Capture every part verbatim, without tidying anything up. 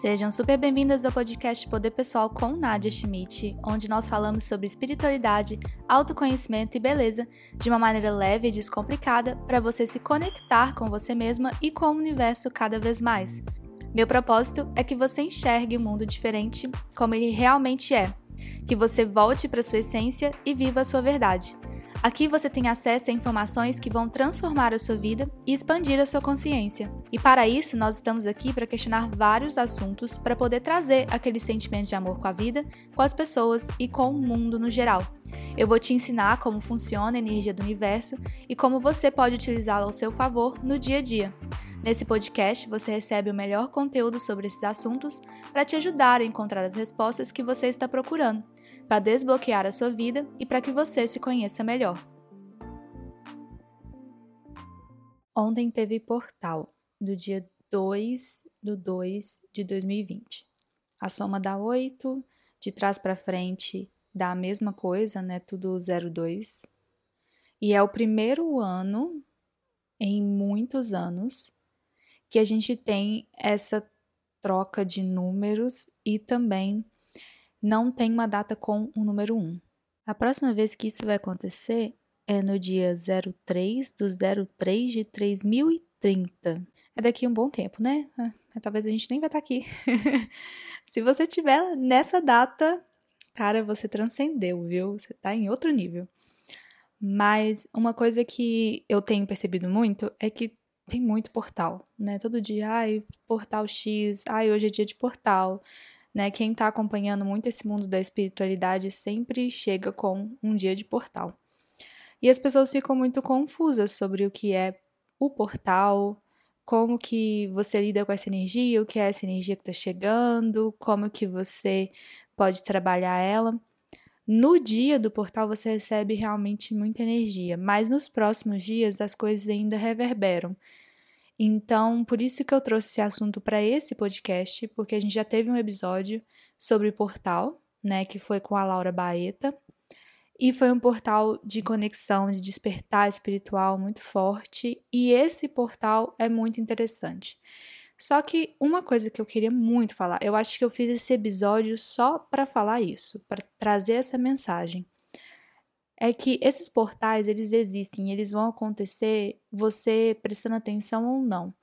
Sejam super bem-vindas ao podcast Poder Pessoal com Nádia Schmidt, onde nós falamos sobre espiritualidade, autoconhecimento e beleza de uma maneira leve e descomplicada para você se conectar com você mesma e com o universo cada vez mais. Meu propósito é que você enxergue o mundo diferente como ele realmente é, que você volte para sua essência e viva a sua verdade. Aqui você tem acesso a informações que vão transformar a sua vida e expandir a sua consciência. E para isso, nós estamos aqui para questionar vários assuntos para poder trazer aquele sentimento de amor com a vida, com as pessoas e com o mundo no geral. Eu vou te ensinar como funciona a energia do universo e como você pode utilizá-la ao seu favor no dia a dia. Nesse podcast, você recebe o melhor conteúdo sobre esses assuntos para te ajudar a encontrar as respostas que você está procurando, para desbloquear a sua vida e para que você se conheça melhor. Ontem teve portal, do dia dois de dois de dois mil e vinte. A soma dá oito, de trás para frente dá a mesma coisa, né? Tudo zero dois. E é o primeiro ano, em muitos anos, que a gente tem essa troca de números e também não tem uma data com o número um. A próxima vez que isso vai acontecer é no dia zero três do zero três de três mil e trinta. É daqui a um bom tempo, né? Ah, talvez a gente nem vai estar aqui. Se você tiver nessa data, cara, você transcendeu, viu? Você tá em outro nível. Mas uma coisa que eu tenho percebido muito é que tem muito portal, né? Todo dia, ai, portal X, ai, hoje é dia de portal. Né, quem está acompanhando muito esse mundo da espiritualidade sempre chega com um dia de portal. E as pessoas ficam muito confusas sobre o que é o portal, como que você lida com essa energia, o que é essa energia que está chegando, como que você pode trabalhar ela. No dia do portal você recebe realmente muita energia, mas nos próximos dias as coisas ainda reverberam. Então, por isso que eu trouxe esse assunto para esse podcast, porque a gente já teve um episódio sobre portal, né, que foi com a Laura Baeta, e foi um portal de conexão, de despertar espiritual muito forte, e esse portal é muito interessante. Só que uma coisa que eu queria muito falar, eu acho que eu fiz esse episódio só para falar isso, para trazer essa mensagem. É que esses portais, eles existem, eles vão acontecer você prestando atenção ou não.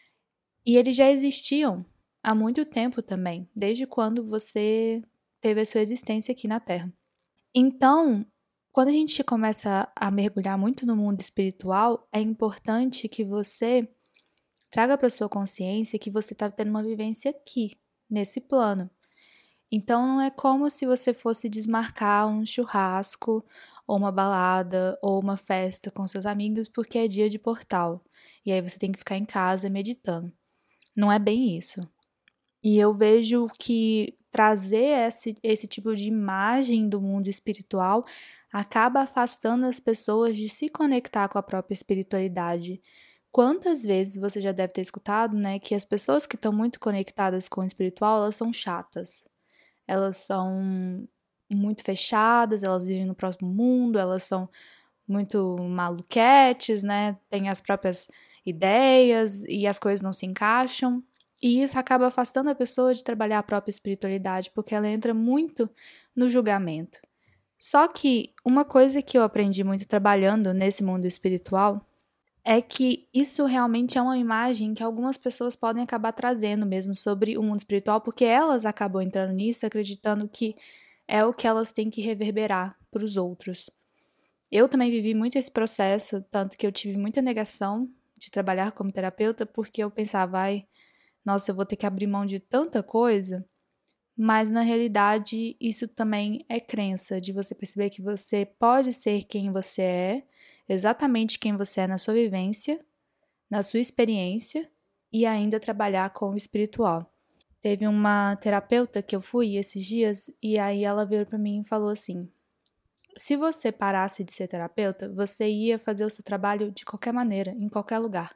E eles já existiam há muito tempo também, desde quando você teve a sua existência aqui na Terra. Então, quando a gente começa a mergulhar muito no mundo espiritual, é importante que você traga para sua consciência que você está tendo uma vivência aqui, nesse plano. Então, não é como se você fosse desmarcar um churrasco, ou uma balada, ou uma festa com seus amigos porque é dia de portal. E aí você tem que ficar em casa meditando. Não é bem isso. E eu vejo que trazer esse, esse tipo de imagem do mundo espiritual acaba afastando as pessoas de se conectar com a própria espiritualidade. Quantas vezes você já deve ter escutado, né, que as pessoas que estão muito conectadas com o espiritual, elas são chatas. Elas são muito fechadas, elas vivem no próximo mundo, elas são muito maluquetes, né? Têm as próprias ideias e as coisas não se encaixam. E isso acaba afastando a pessoa de trabalhar a própria espiritualidade, porque ela entra muito no julgamento. Só que uma coisa que eu aprendi muito trabalhando nesse mundo espiritual é que isso realmente é uma imagem que algumas pessoas podem acabar trazendo mesmo sobre o mundo espiritual, porque elas acabam entrando nisso acreditando que é o que elas têm que reverberar para os outros. Eu também vivi muito esse processo, tanto que eu tive muita negação de trabalhar como terapeuta, porque eu pensava, ai, nossa, eu vou ter que abrir mão de tanta coisa, mas na realidade isso também é crença, de você perceber que você pode ser quem você é, exatamente quem você é na sua vivência, na sua experiência e ainda trabalhar com o espiritual. Teve uma terapeuta que eu fui esses dias e aí ela veio para mim e falou assim, se você parasse de ser terapeuta, você ia fazer o seu trabalho de qualquer maneira, em qualquer lugar.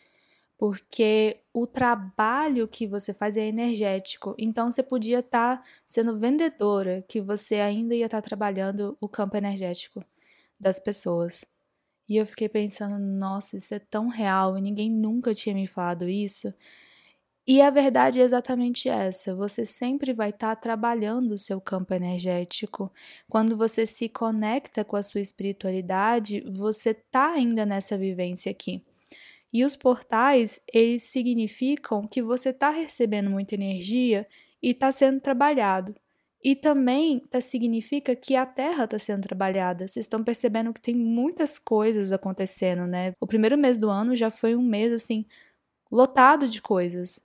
Porque o trabalho que você faz é energético, então você podia estar tá sendo vendedora, que você ainda ia estar tá trabalhando o campo energético das pessoas. E eu fiquei pensando, nossa, isso é tão real e ninguém nunca tinha me falado isso. E a verdade é exatamente essa, você sempre vai estar trabalhando o seu campo energético. Quando você se conecta com a sua espiritualidade, você está ainda nessa vivência aqui. E os portais, eles significam que você está recebendo muita energia e está sendo trabalhado. E também tá, significa que a Terra está sendo trabalhada. Vocês estão percebendo que tem muitas coisas acontecendo, né? O primeiro mês do ano já foi um mês, assim, lotado de coisas.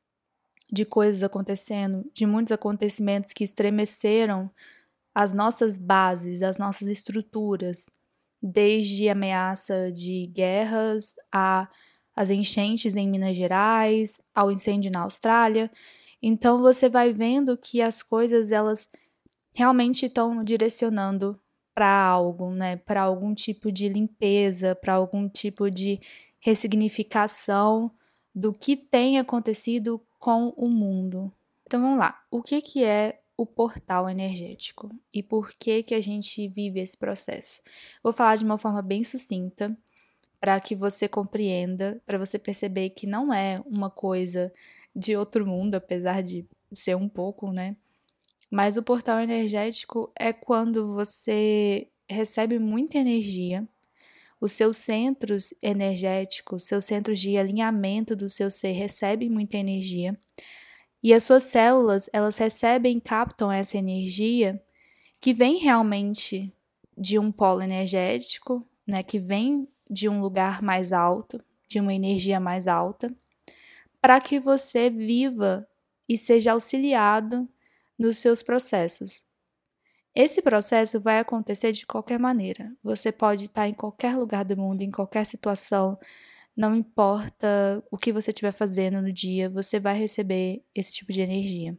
De coisas acontecendo, de muitos acontecimentos que estremeceram as nossas bases, as nossas estruturas, desde a ameaça de guerras, a as enchentes em Minas Gerais, ao incêndio na Austrália. Então você vai vendo que as coisas elas realmente estão direcionando para algo, né? Para algum tipo de limpeza, para algum tipo de ressignificação do que tem acontecido com o mundo. Então vamos lá, o que, que é o portal energético e por que, que a gente vive esse processo? Vou falar de uma forma bem sucinta para que você compreenda, para você perceber que não é uma coisa de outro mundo, apesar de ser um pouco, né? Mas o portal energético é quando você recebe muita energia, os seus centros energéticos, seus centros de alinhamento do seu ser recebem muita energia e as suas células, elas recebem e captam essa energia que vem realmente de um polo energético, né, que vem de um lugar mais alto, de uma energia mais alta, para que você viva e seja auxiliado nos seus processos. Esse processo vai acontecer de qualquer maneira. Você pode estar em qualquer lugar do mundo, em qualquer situação, não importa o que você estiver fazendo no dia, você vai receber esse tipo de energia.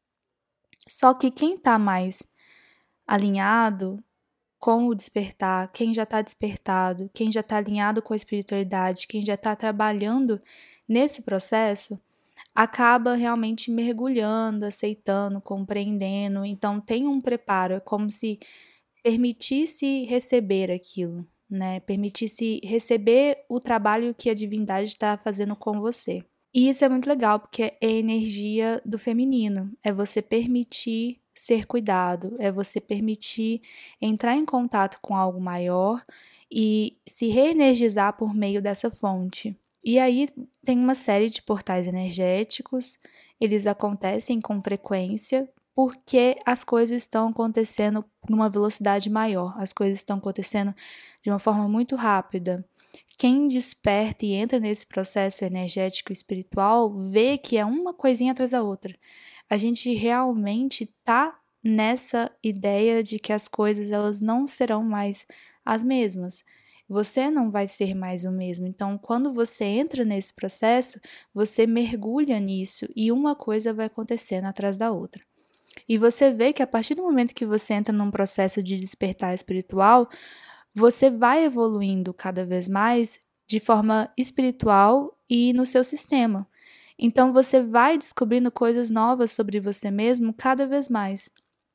Só que quem está mais alinhado com o despertar, quem já está despertado, quem já está alinhado com a espiritualidade, quem já está trabalhando nesse processo, acaba realmente mergulhando, aceitando, compreendendo. Então tem um preparo, é como se permitisse receber aquilo, né? Permitisse receber o trabalho que a divindade está fazendo com você. E isso é muito legal, porque é a energia do feminino, é você permitir ser cuidado, é você permitir entrar em contato com algo maior e se reenergizar por meio dessa fonte. E aí tem uma série de portais energéticos, eles acontecem com frequência porque as coisas estão acontecendo numa velocidade maior, as coisas estão acontecendo de uma forma muito rápida. Quem desperta e entra nesse processo energético espiritual vê que é uma coisinha atrás da outra. A gente realmente tá nessa ideia de que as coisas elas não serão mais as mesmas. Você não vai ser mais o mesmo. Então, quando você entra nesse processo, você mergulha nisso e uma coisa vai acontecendo atrás da outra. E você vê que a partir do momento que você entra num processo de despertar espiritual, você vai evoluindo cada vez mais de forma espiritual e no seu sistema. Então, você vai descobrindo coisas novas sobre você mesmo cada vez mais.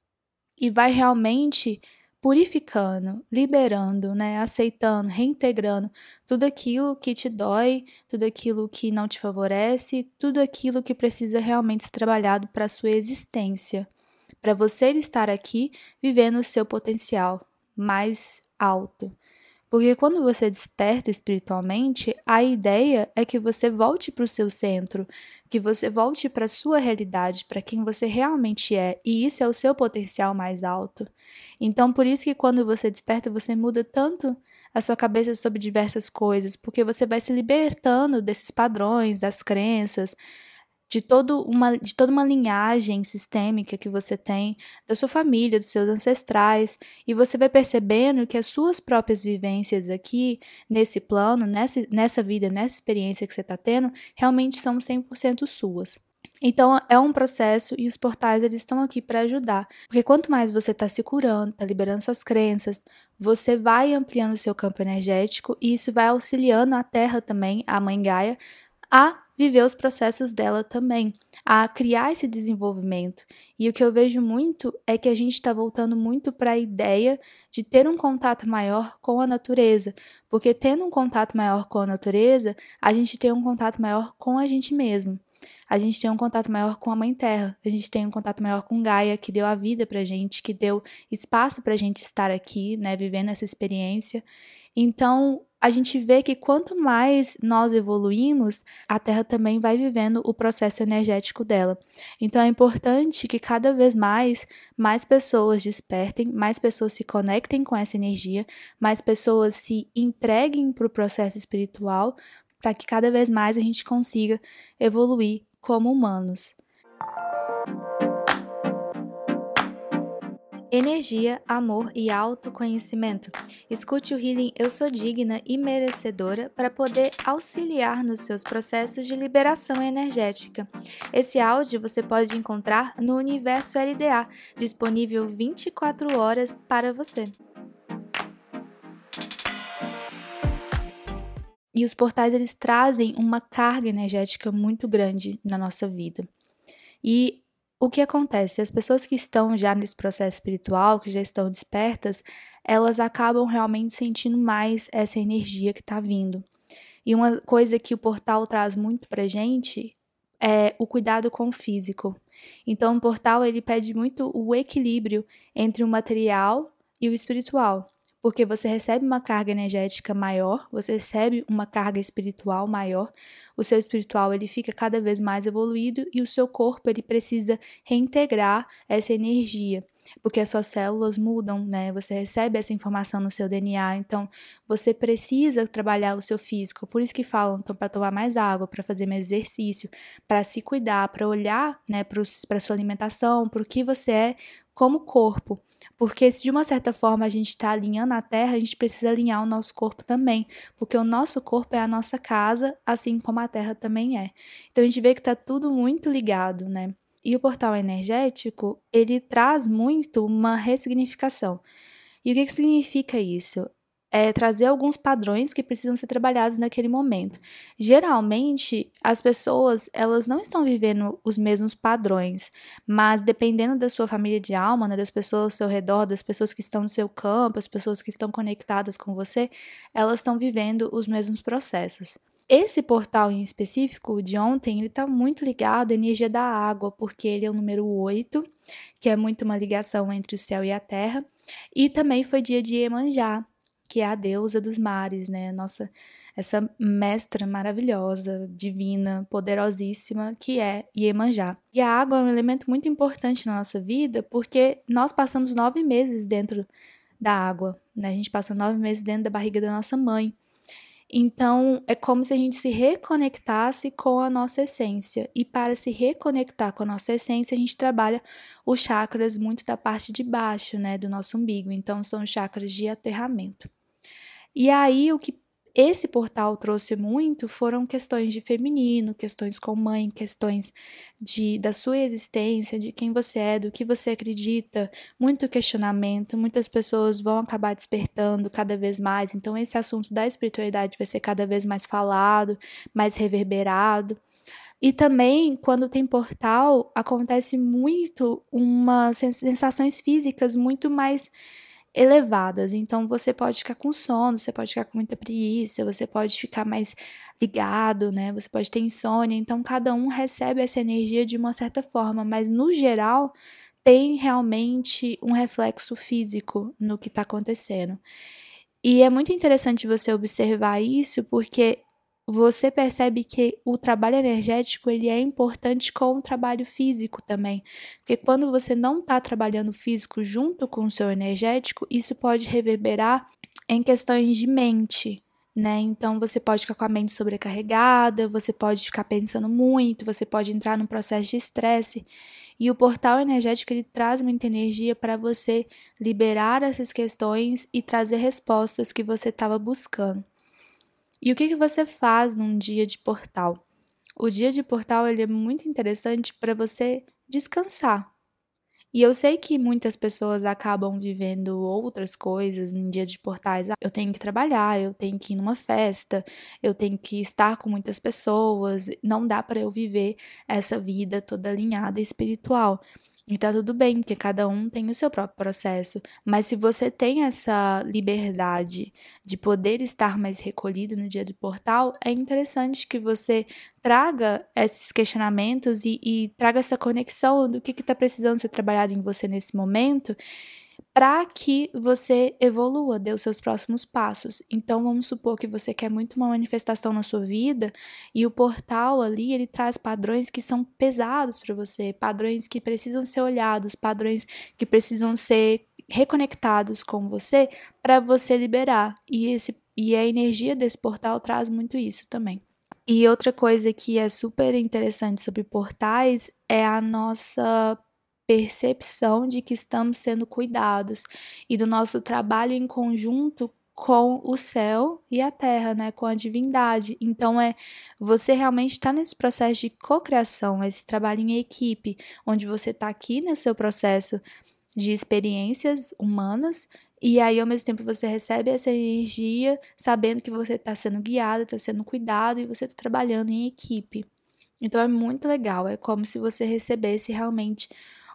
E vai realmente purificando, liberando, né, aceitando, reintegrando tudo aquilo que te dói, tudo aquilo que não te favorece, tudo aquilo que precisa realmente ser trabalhado para a sua existência, para você estar aqui vivendo o seu potencial mais alto. Porque quando você desperta espiritualmente, a ideia é que você volte para o seu centro, que você volte para a sua realidade, para quem você realmente é, e isso é o seu potencial mais alto. Então, por isso que quando você desperta, você muda tanto a sua cabeça sobre diversas coisas, porque você vai se libertando desses padrões, das crenças, de, todo uma, de toda uma linhagem sistêmica que você tem, da sua família, dos seus ancestrais, e você vai percebendo que as suas próprias vivências aqui, nesse plano, nessa, nessa vida, nessa experiência que você está tendo, realmente são cem por cento suas. Então, é um processo e os portais eles estão aqui para ajudar. Porque quanto mais você está se curando, está liberando suas crenças, você vai ampliando o seu campo energético e isso vai auxiliando a Terra também, a Mãe Gaia, a viver os processos dela também, a criar esse desenvolvimento. E o que eu vejo muito é que a gente está voltando muito para a ideia de ter um contato maior com a natureza, porque tendo um contato maior com a natureza, a gente tem um contato maior com a gente mesmo. a gente tem um contato maior com a Mãe Terra, a gente tem um contato maior com Gaia, que deu a vida pra gente, que deu espaço pra gente estar aqui, né, vivendo essa experiência. Então, a gente vê que quanto mais nós evoluímos, a Terra também vai vivendo o processo energético dela. Então, é importante que cada vez mais, mais pessoas despertem, mais pessoas se conectem com essa energia, mais pessoas se entreguem para o processo espiritual, para que cada vez mais a gente consiga evoluir como humanos. Energia, amor e autoconhecimento. Escute o Healing Eu Sou Digna e Merecedora para poder auxiliar nos seus processos de liberação energética. Esse áudio você pode encontrar no Universo L D A, disponível vinte e quatro horas para você. E os portais, eles trazem uma carga energética muito grande na nossa vida. E o que acontece? As pessoas que estão já nesse processo espiritual, que já estão despertas, elas acabam realmente sentindo mais essa energia que está vindo. E uma coisa que o portal traz muito pra gente é o cuidado com o físico. Então, o portal, ele pede muito o equilíbrio entre o material e o espiritual. Porque você recebe uma carga energética maior, você recebe uma carga espiritual maior, o seu espiritual ele fica cada vez mais evoluído e o seu corpo ele precisa reintegrar essa energia, porque as suas células mudam, né? Você recebe essa informação no seu D N A, então você precisa trabalhar o seu físico. Por isso que falam então, para tomar mais água, para fazer mais exercício, para se cuidar, para olhar, né, para a sua alimentação, para o que você é como corpo. Porque se de uma certa forma a gente está alinhando a Terra, a gente precisa alinhar o nosso corpo também, porque o nosso corpo é a nossa casa, assim como a Terra também é. Então a gente vê que está tudo muito ligado, né? E o portal energético, ele traz muito uma ressignificação. E o que, que significa isso? É trazer alguns padrões que precisam ser trabalhados naquele momento. Geralmente, as pessoas, elas não estão vivendo os mesmos padrões, mas dependendo da sua família de alma, né, das pessoas ao seu redor, das pessoas que estão no seu campo, as pessoas que estão conectadas com você, elas estão vivendo os mesmos processos. Esse portal em específico, o de ontem, ele está muito ligado à energia da água, porque ele é o número oito, que é muito uma ligação entre o céu e a terra, e também foi dia de Iemanjá, que é a deusa dos mares, né? Nossa, essa mestra maravilhosa, divina, poderosíssima, que é Iemanjá. E a água é um elemento muito importante na nossa vida, porque nós passamos nove meses dentro da água, né? A gente passou nove meses dentro da barriga da nossa mãe. Então, é como se a gente se reconectasse com a nossa essência. E para se reconectar com a nossa essência, a gente trabalha os chakras muito da parte de baixo, né, do nosso umbigo. Então, são os chakras de aterramento. E aí, o que esse portal trouxe muito foram questões de feminino, questões com mãe, questões de, da sua existência, de quem você é, do que você acredita, muito questionamento, muitas pessoas vão acabar despertando cada vez mais, então esse assunto da espiritualidade vai ser cada vez mais falado, mais reverberado. E também, quando tem portal, acontece muito umas sensações físicas muito mais elevadas, então você pode ficar com sono, você pode ficar com muita preguiça, você pode ficar mais ligado, né? Você pode ter insônia, então cada um recebe essa energia de uma certa forma, mas no geral tem realmente um reflexo físico no que está acontecendo. E é muito interessante você observar isso, porque você percebe que o trabalho energético ele é importante com o trabalho físico também, porque quando você não está trabalhando físico junto com o seu energético, isso pode reverberar em questões de mente, né? Então você pode ficar com a mente sobrecarregada, você pode ficar pensando muito, você pode entrar num processo de estresse. E o portal energético ele traz muita energia para você liberar essas questões e trazer respostas que você estava buscando. E o que, que você faz num dia de portal? O dia de portal ele é muito interessante para você descansar. E eu sei que muitas pessoas acabam vivendo outras coisas em dia de portais. Eu tenho que trabalhar, eu tenho que ir numa festa, eu tenho que estar com muitas pessoas. Não dá para eu viver essa vida toda alinhada espiritual. E tá tudo bem, porque cada um tem o seu próprio processo. Mas se você tem essa liberdade de poder estar mais recolhido no dia do portal, é interessante que você traga esses questionamentos e, e traga essa conexão do que está precisando ser trabalhado em você nesse momento, para que você evolua, dê os seus próximos passos. Então, vamos supor que você quer muito uma manifestação na sua vida e o portal ali, ele traz padrões que são pesados para você, padrões que precisam ser olhados, padrões que precisam ser reconectados com você para você liberar. E, esse, e a energia desse portal traz muito isso também. E outra coisa que é super interessante sobre portais é a nossa percepção de que estamos sendo cuidados e do nosso trabalho em conjunto com o céu e a terra, né, com a divindade. Então é você realmente está nesse processo de cocriação, esse trabalho em equipe, onde você está aqui no seu processo de experiências humanas e aí ao mesmo tempo você recebe essa energia sabendo que você está sendo guiado, está sendo cuidado e você está trabalhando em equipe. Então é muito legal, é como se você recebesse realmente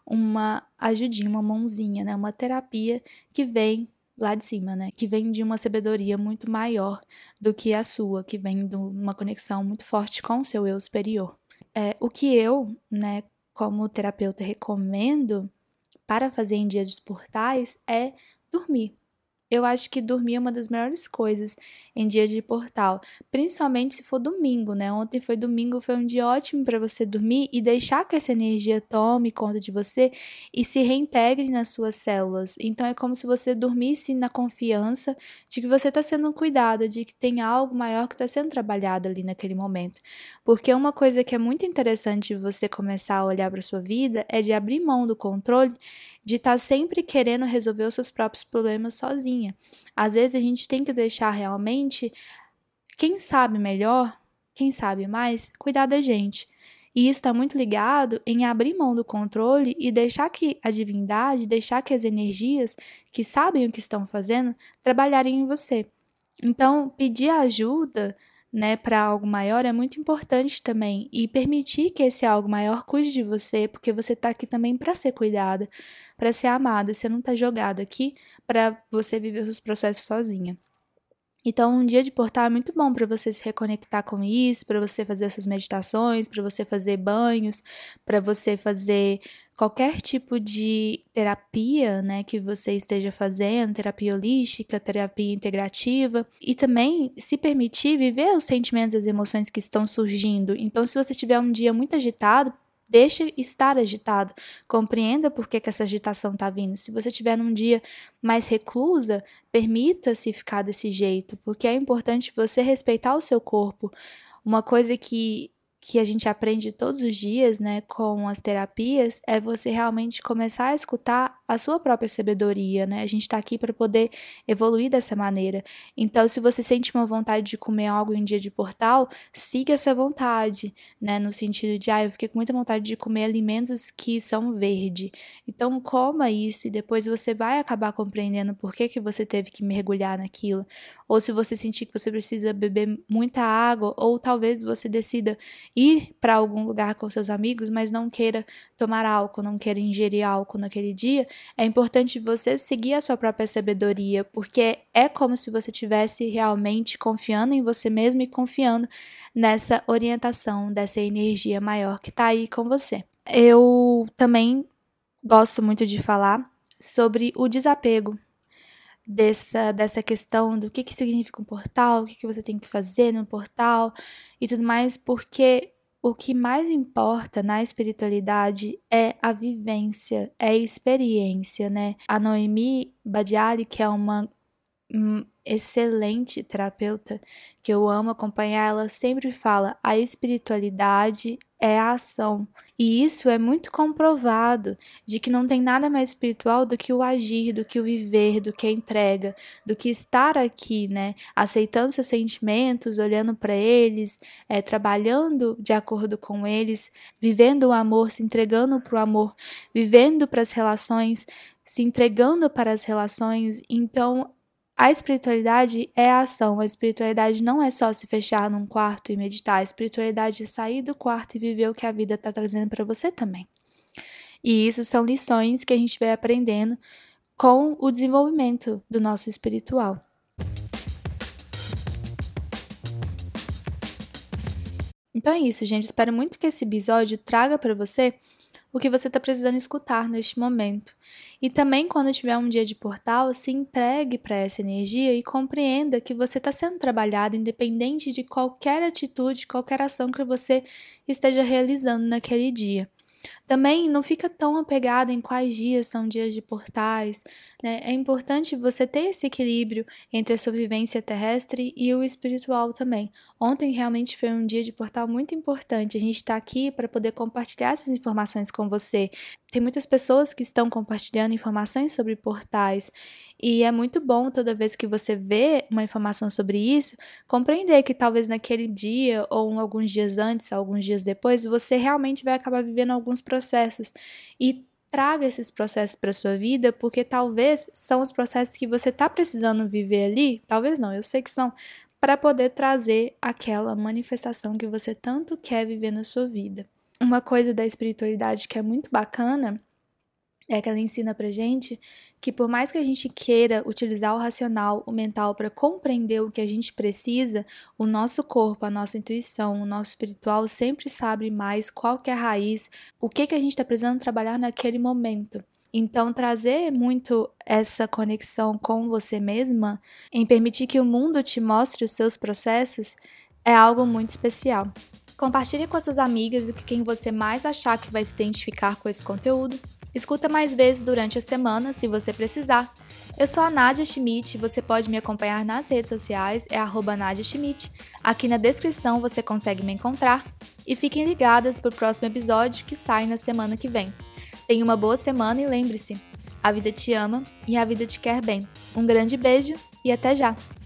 uma ajudinha, uma mãozinha, né? Uma terapia que vem lá de cima, né? Que vem de uma sabedoria muito maior do que a sua, que vem de uma conexão muito forte com o seu eu superior. É, o que eu, né, como terapeuta, recomendo para fazer em dias de portais é dormir. Eu acho que dormir é uma das melhores coisas em dia de portal, principalmente se for domingo, né? Ontem foi domingo, foi um dia ótimo para você dormir e deixar que essa energia tome conta de você e se reintegre nas suas células. Então é como se você dormisse na confiança de que você está sendo cuidada, de que tem algo maior que está sendo trabalhado ali naquele momento. Porque uma coisa que é muito interessante você começar a olhar para sua vida é de abrir mão do controle, de estar tá sempre querendo resolver os seus próprios problemas sozinha. Às vezes a gente tem que deixar realmente quem sabe melhor, quem sabe mais, cuidar da gente. E isso está muito ligado em abrir mão do controle e deixar que a divindade, deixar que as energias que sabem o que estão fazendo, trabalharem em você. Então, pedir ajuda, né, para algo maior é muito importante também e permitir que esse algo maior cuide de você, porque você está aqui também para ser cuidada, para ser amada, você não está jogada aqui para você viver os seus processos sozinha. Então, um dia de portal é muito bom para você se reconectar com isso, para você fazer essas meditações, para você fazer banhos, para você fazer qualquer tipo de terapia, né, que você esteja fazendo, terapia holística, terapia integrativa, e também se permitir viver os sentimentos e as emoções que estão surgindo. Então, se você tiver um dia muito agitado, deixe estar agitado, compreenda por que, que essa agitação está vindo. Se você estiver num dia mais reclusa, permita-se ficar desse jeito, porque é importante você respeitar o seu corpo. Uma coisa que, que a gente aprende todos os dias, né, com as terapias, é você realmente começar a escutar a sua própria sabedoria, né? A gente está aqui para poder evoluir dessa maneira. Então, se você sente uma vontade de comer algo em dia de portal, siga essa vontade, né? No sentido de, ah, eu fiquei com muita vontade de comer alimentos que são verde. Então, coma isso e depois você vai acabar compreendendo por que, que você teve que mergulhar naquilo. Ou se você sentir que você precisa beber muita água, ou talvez você decida ir para algum lugar com seus amigos, mas não queira tomar álcool, não queira ingerir álcool naquele dia, é importante você seguir a sua própria sabedoria, porque é como se você estivesse realmente confiando em você mesmo e confiando nessa orientação, dessa energia maior que está aí com você. Eu também gosto muito de falar sobre o desapego dessa, dessa questão do que, que significa um portal, o que, que você tem que fazer no portal e tudo mais, porque o que mais importa na espiritualidade é a vivência, é a experiência, né? A Noemi Badiali, que é uma um, excelente terapeuta, que eu amo acompanhar, ela sempre fala, a espiritualidade é a ação. E isso é muito comprovado, de que não tem nada mais espiritual do que o agir, do que o viver, do que a entrega, do que estar aqui, né? Aceitando seus sentimentos, olhando para eles, é, trabalhando de acordo com eles, vivendo o amor, se entregando para o amor, vivendo para as relações, se entregando para as relações. Então, a espiritualidade é a ação, a espiritualidade não é só se fechar num quarto e meditar, a espiritualidade é sair do quarto e viver o que a vida está trazendo para você também. E isso são lições que a gente vai aprendendo com o desenvolvimento do nosso espiritual. Então é isso, gente. Espero muito que esse episódio traga para você o que você está precisando escutar neste momento. E também, quando tiver um dia de portal, se entregue para essa energia e compreenda que você está sendo trabalhado independente de qualquer atitude, qualquer ação que você esteja realizando naquele dia. Também não fica tão apegado em quais dias são dias de portais, né? É importante você ter esse equilíbrio entre a sua vivência terrestre e o espiritual também. Ontem realmente foi um dia de portal muito importante. A gente está aqui para poder compartilhar essas informações com você. Tem muitas pessoas que estão compartilhando informações sobre portais e é muito bom toda vez que você vê uma informação sobre isso, compreender que talvez naquele dia ou alguns dias antes, alguns dias depois, você realmente vai acabar vivendo alguns processos e traga esses processos para sua vida, porque talvez são os processos que você está precisando viver ali, talvez não, eu sei que são, para poder trazer aquela manifestação que você tanto quer viver na sua vida. Uma coisa da espiritualidade que é muito bacana é que ela ensina pra gente que por mais que a gente queira utilizar o racional, o mental para compreender o que a gente precisa, o nosso corpo, a nossa intuição, o nosso espiritual sempre sabe mais qual que é a raiz, o que, que a gente está precisando trabalhar naquele momento. Então, trazer muito essa conexão com você mesma, em permitir que o mundo te mostre os seus processos, é algo muito especial. Compartilhe com as suas amigas e com quem você mais achar que vai se identificar com esse conteúdo. Escuta mais vezes durante a semana, se você precisar. Eu sou a Nádia Schmidt, você pode me acompanhar nas redes sociais, é arroba Nádia Schmidt. Aqui na descrição você consegue me encontrar. E fiquem ligadas para o próximo episódio que sai na semana que vem. Tenha uma boa semana e lembre-se, a vida te ama e a vida te quer bem. Um grande beijo e até já!